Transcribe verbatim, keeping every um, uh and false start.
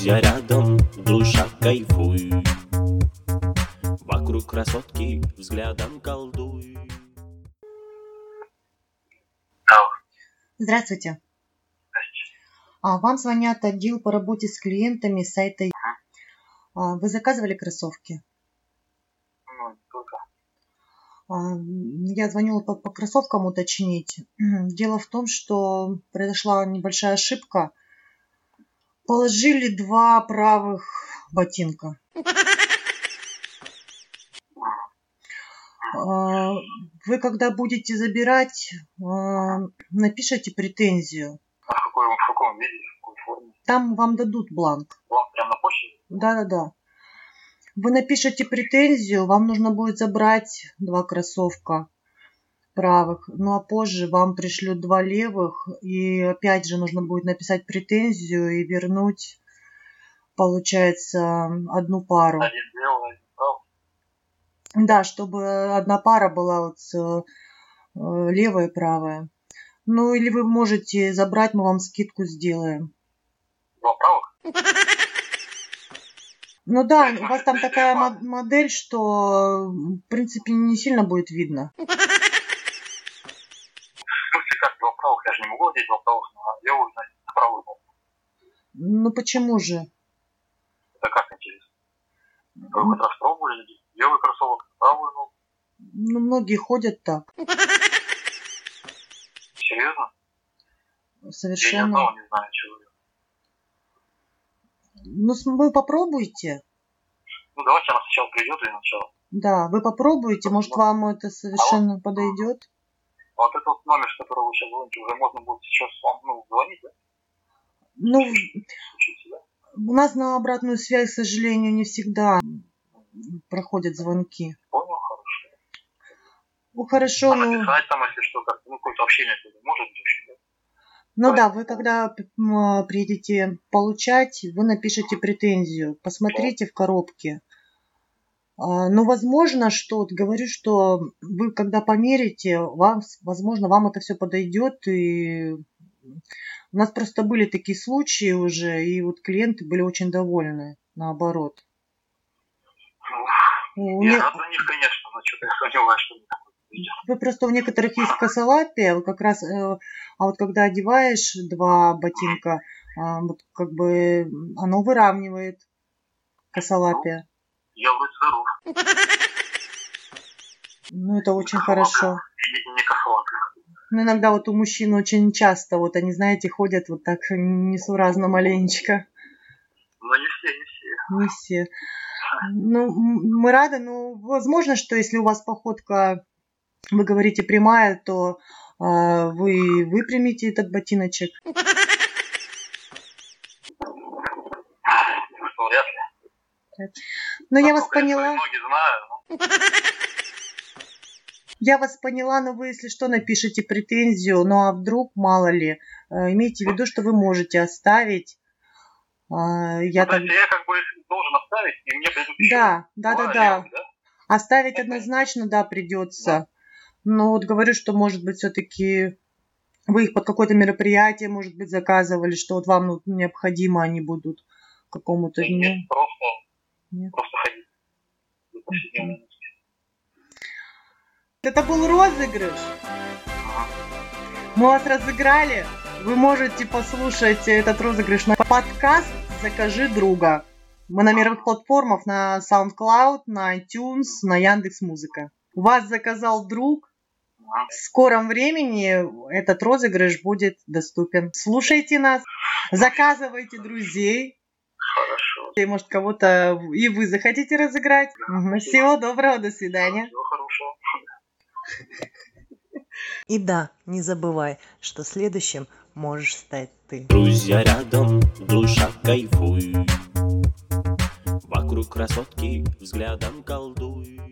Друзья рядом, душа кайфуй. Вокруг красотки взглядом колдуй. Здравствуйте. А, вам звонят отдел по работе с клиентами с сайта. А, вы заказывали кроссовки? Ну, только. А, я звонила по, по кроссовкам уточнить. Дело в том, что произошла небольшая ошибка. Положили два правых ботинка. А, вы когда будете забирать, а, напишите претензию. А в, какой, в каком виде, в какой форме? Там вам дадут бланк. Бланк прямо на почте? Да-да-да. Вы напишите претензию, вам нужно будет забрать два кроссовка правых, ну а позже вам пришлют два левых, и опять же нужно будет написать претензию и вернуть, получается, одну пару. Один левый, один правый? Да, чтобы одна пара была вот э, левая и правая. Ну или вы можете забрать, мы вам скидку сделаем. Два правых? Ну да, у вас там такая модель, что в принципе не сильно будет видно. В смысле как два правых? Я же не могу одеть два правых на левую, на правую ногу. Ну почему же? Это как интересно? Вы хоть раз пробовали левый кроссовок на правую ногу? Ну многие ходят так. Серьезно? Совершенно. Я ни одного не знаю человека. Ну вы попробуйте. Ну давайте она сначала придет и сначала. Да, вы попробуйте, может вам это совершенно а подойдет. Вот этот вот номер, с которого вы сейчас звоните, уже можно будет сейчас вам ну, звонить, да? Ну, Случится, да? у нас на обратную связь, к сожалению, не всегда проходят звонки. Понял, хорошо. Ну, хорошо, а ну... написать там, если что, как ну, какое-то общение может быть вообще, да? Ну да, вы когда приедете получать, вы напишите претензию, посмотрите в коробке. Ну, возможно, что, вот говорю, что вы когда померите, вам, возможно, вам это все подойдет. И у нас просто были такие случаи уже, и вот клиенты были очень довольны, наоборот. Ну, я не... рад за них, конечно, но что-то я сомневаюсь, что они такое видят. Вы просто у некоторых есть косолапие, как раз, а вот когда одеваешь два ботинка, вот как бы оно выравнивает косолапие. Я вроде здоров. Ну, это очень не хорошо. Не, не косолапие. Ну, иногда вот у мужчин очень часто, вот они, знаете, ходят вот так несуразно маленечко. Но не все, не все. Не все. Ну, мы рады, но возможно, что если у вас походка, вы говорите, прямая, то э, вы выпрямите этот ботиночек. Что, вряд ли. Ну, я вас поняла. Ноги знаю, но... Я вас поняла, но вы, если что, напишите претензию. Ну, а вдруг, мало ли, имейте в виду, что вы можете оставить. Я, ну, так... я как бы должен оставить, и мне придут еще... Да, да, да, да. Левый, да. Оставить это... однозначно, да, придется. Да. Но вот говорю, что, может быть, все-таки вы их под какое-то мероприятие, может быть, заказывали, что вот вам ну, необходимо, они будут к какому-то дню. Нет, просто... Нет. Просто ходить. Mm-hmm. Это был розыгрыш. Uh-huh. Мы вас разыграли. Вы можете послушать этот розыгрыш на подкаст «Закажи друга». Мы на мировых платформах, на SoundCloud, на iTunes, на Яндекс.Музыка. Вас заказал друг. Uh-huh. В скором времени этот розыгрыш будет доступен. Слушайте нас, заказывайте друзей. Хорошо. И, может, кого-то и вы захотите разыграть. Да, угу. Всего доброго, до свидания. Всего хорошего. И да, не забывай, что следующим можешь стать ты. Друзья рядом, душа кайфуй. Вокруг красотки взглядом колдуй.